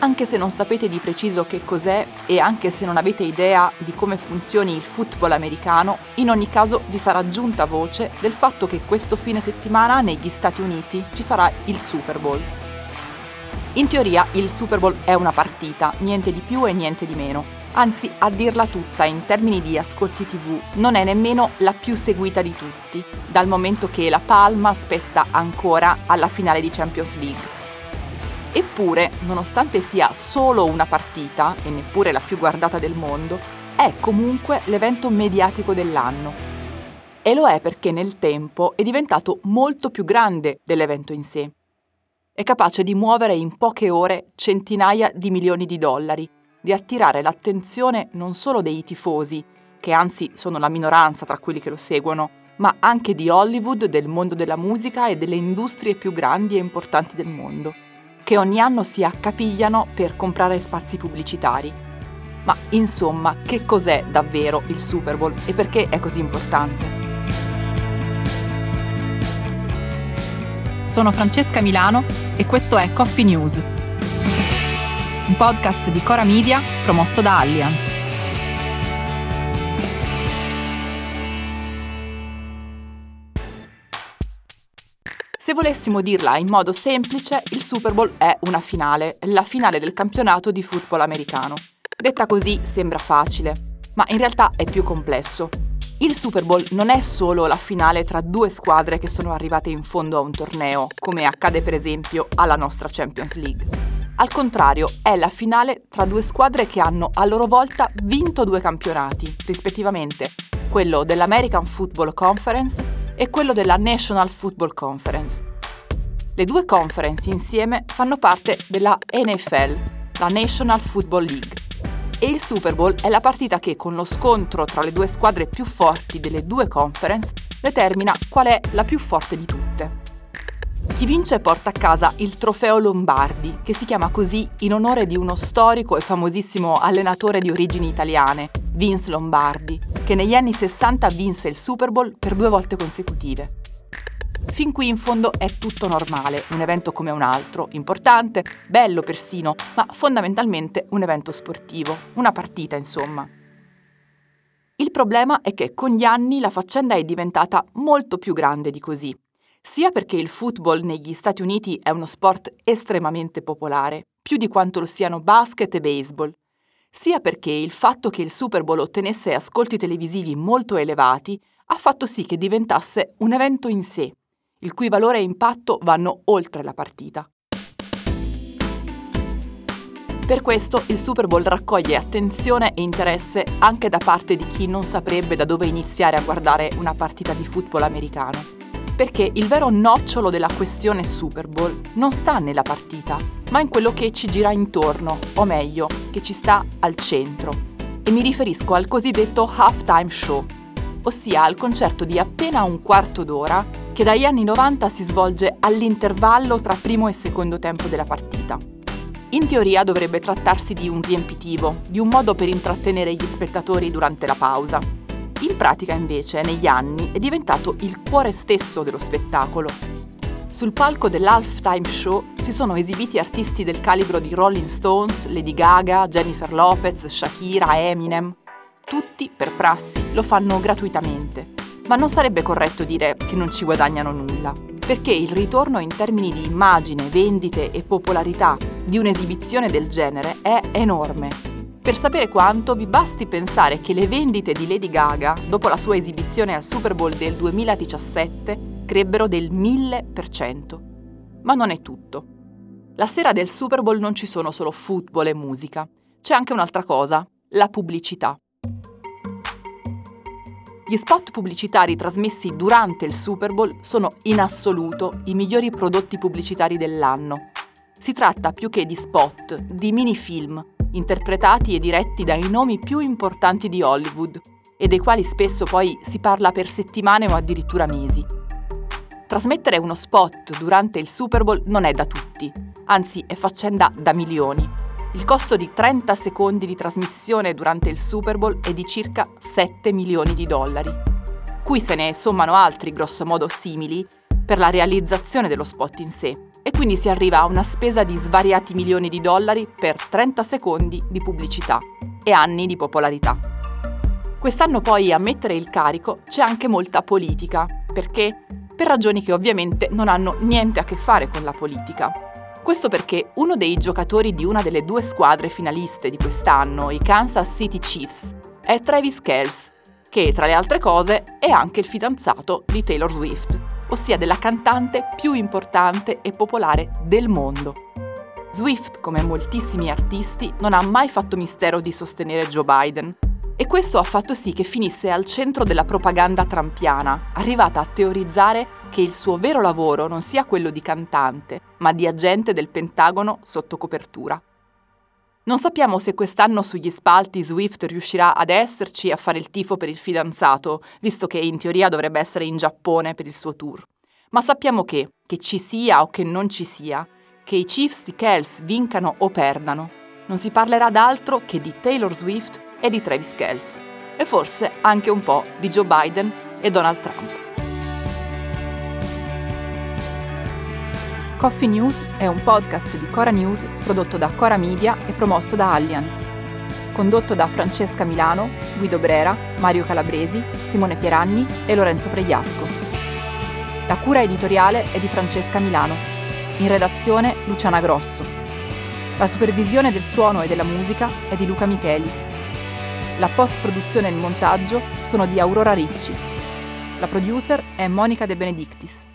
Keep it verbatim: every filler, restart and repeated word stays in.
Anche se non sapete di preciso che cos'è e anche se non avete idea di come funzioni il football americano, in ogni caso vi sarà giunta voce del fatto che questo fine settimana negli Stati Uniti ci sarà il Super Bowl. In teoria il Super Bowl è una partita, niente di più e niente di meno. Anzi, a dirla tutta, in termini di ascolti tivù, non è nemmeno la più seguita di tutti, dal momento che la palma spetta ancora alla finale di Champions League. Eppure, nonostante sia solo una partita, e neppure la più guardata del mondo, è comunque l'evento mediatico dell'anno. E lo è perché nel tempo è diventato molto più grande dell'evento in sé. È capace di muovere in poche ore centinaia di milioni di dollari, di attirare l'attenzione non solo dei tifosi, che anzi sono la minoranza tra quelli che lo seguono, ma anche di Hollywood, del mondo della musica e delle industrie più grandi e importanti del mondo, che ogni anno si accapigliano per comprare spazi pubblicitari. Ma insomma, che cos'è davvero il Super Bowl e perché è così importante? Sono Francesca Milano e questo è Coffee News, un podcast di Cora Media promosso da Allianz. Se volessimo dirla in modo semplice, il Super Bowl è una finale, la finale del campionato di football americano. Detta così sembra facile, ma in realtà è più complesso. Il Super Bowl non è solo la finale tra due squadre che sono arrivate in fondo a un torneo, come accade per esempio alla nostra Champions League. Al contrario, è la finale tra due squadre che hanno a loro volta vinto due campionati, rispettivamente quello dell'American Football Conference e quello della National Football Conference. Le due conference insieme fanno parte della N F L, la National Football League. E il Super Bowl è la partita che, con lo scontro tra le due squadre più forti delle due conference, determina qual è la più forte di tutte. Chi vince porta a casa il trofeo Lombardi, che si chiama così in onore di uno storico e famosissimo allenatore di origini italiane, Vince Lombardi, che negli anni sessanta vinse il Super Bowl per due volte consecutive. Fin qui in fondo è tutto normale, un evento come un altro, importante, bello persino, ma fondamentalmente un evento sportivo, una partita insomma. Il problema è che con gli anni la faccenda è diventata molto più grande di così, sia perché il football negli Stati Uniti è uno sport estremamente popolare, più di quanto lo siano basket e baseball, sia perché il fatto che il Super Bowl ottenesse ascolti televisivi molto elevati ha fatto sì che diventasse un evento in sé, il cui valore e impatto vanno oltre la partita. Per questo il Super Bowl raccoglie attenzione e interesse anche da parte di chi non saprebbe da dove iniziare a guardare una partita di football americano. Perché il vero nocciolo della questione Super Bowl non sta nella partita, ma in quello che ci gira intorno, o meglio, che ci sta al centro. E mi riferisco al cosiddetto halftime show, ossia al concerto di appena un quarto d'ora che dagli anni novanta si svolge all'intervallo tra primo e secondo tempo della partita. In teoria dovrebbe trattarsi di un riempitivo, di un modo per intrattenere gli spettatori durante la pausa. In pratica, invece, negli anni è diventato il cuore stesso dello spettacolo. Sul palco dell'halftime show si sono esibiti artisti del calibro di Rolling Stones, Lady Gaga, Jennifer Lopez, Shakira, Eminem. Tutti, per prassi, lo fanno gratuitamente. Ma non sarebbe corretto dire che non ci guadagnano nulla, perché il ritorno in termini di immagine, vendite e popolarità di un'esibizione del genere è enorme. Per sapere quanto, vi basti pensare che le vendite di Lady Gaga, dopo la sua esibizione al Super Bowl del duemiladiciassette, crebbero del mille per cento. Ma non è tutto. La sera del Super Bowl non ci sono solo football e musica, c'è anche un'altra cosa, la pubblicità. Gli spot pubblicitari trasmessi durante il Super Bowl sono in assoluto i migliori prodotti pubblicitari dell'anno. Si tratta più che di spot, di minifilm, interpretati e diretti dai nomi più importanti di Hollywood e dei quali spesso poi si parla per settimane o addirittura mesi. Trasmettere uno spot durante il Super Bowl non è da tutti, anzi è faccenda da milioni. Il costo di trenta secondi di trasmissione durante il Super Bowl è di circa sette milioni di dollari, cui se ne sommano altri grossomodo simili per la realizzazione dello spot in sé, e quindi si arriva a una spesa di svariati milioni di dollari per trenta secondi di pubblicità e anni di popolarità. Quest'anno poi a mettere il carico c'è anche molta politica, perché? Per ragioni che ovviamente non hanno niente a che fare con la politica. Questo perché uno dei giocatori di una delle due squadre finaliste di quest'anno, i Kansas City Chiefs, è Travis Kelce, che tra le altre cose è anche il fidanzato di Taylor Swift, ossia della cantante più importante e popolare del mondo. Swift, come moltissimi artisti, non ha mai fatto mistero di sostenere Joe Biden, e questo ha fatto sì che finisse al centro della propaganda trumpiana, arrivata a teorizzare che il suo vero lavoro non sia quello di cantante, ma di agente del Pentagono sotto copertura. Non sappiamo se quest'anno sugli spalti Swift riuscirà ad esserci a fare il tifo per il fidanzato, visto che in teoria dovrebbe essere in Giappone per il suo tour. Ma sappiamo che, che ci sia o che non ci sia, che i Chiefs di Kelce vincano o perdano, non si parlerà d'altro che di Taylor Swift e di Travis Kelce, e forse anche un po' di Joe Biden e Donald Trump. Coffee News è un podcast di Cora News prodotto da Cora Media e promosso da Allianz. Condotto da Francesca Milano, Guido Brera, Mario Calabresi, Simone Pieranni e Lorenzo Pregliasco. La cura editoriale è di Francesca Milano. In redazione Luciana Grosso. La supervisione del suono e della musica è di Luca Micheli. La post-produzione e il montaggio sono di Aurora Ricci. La producer è Monica De Benedictis.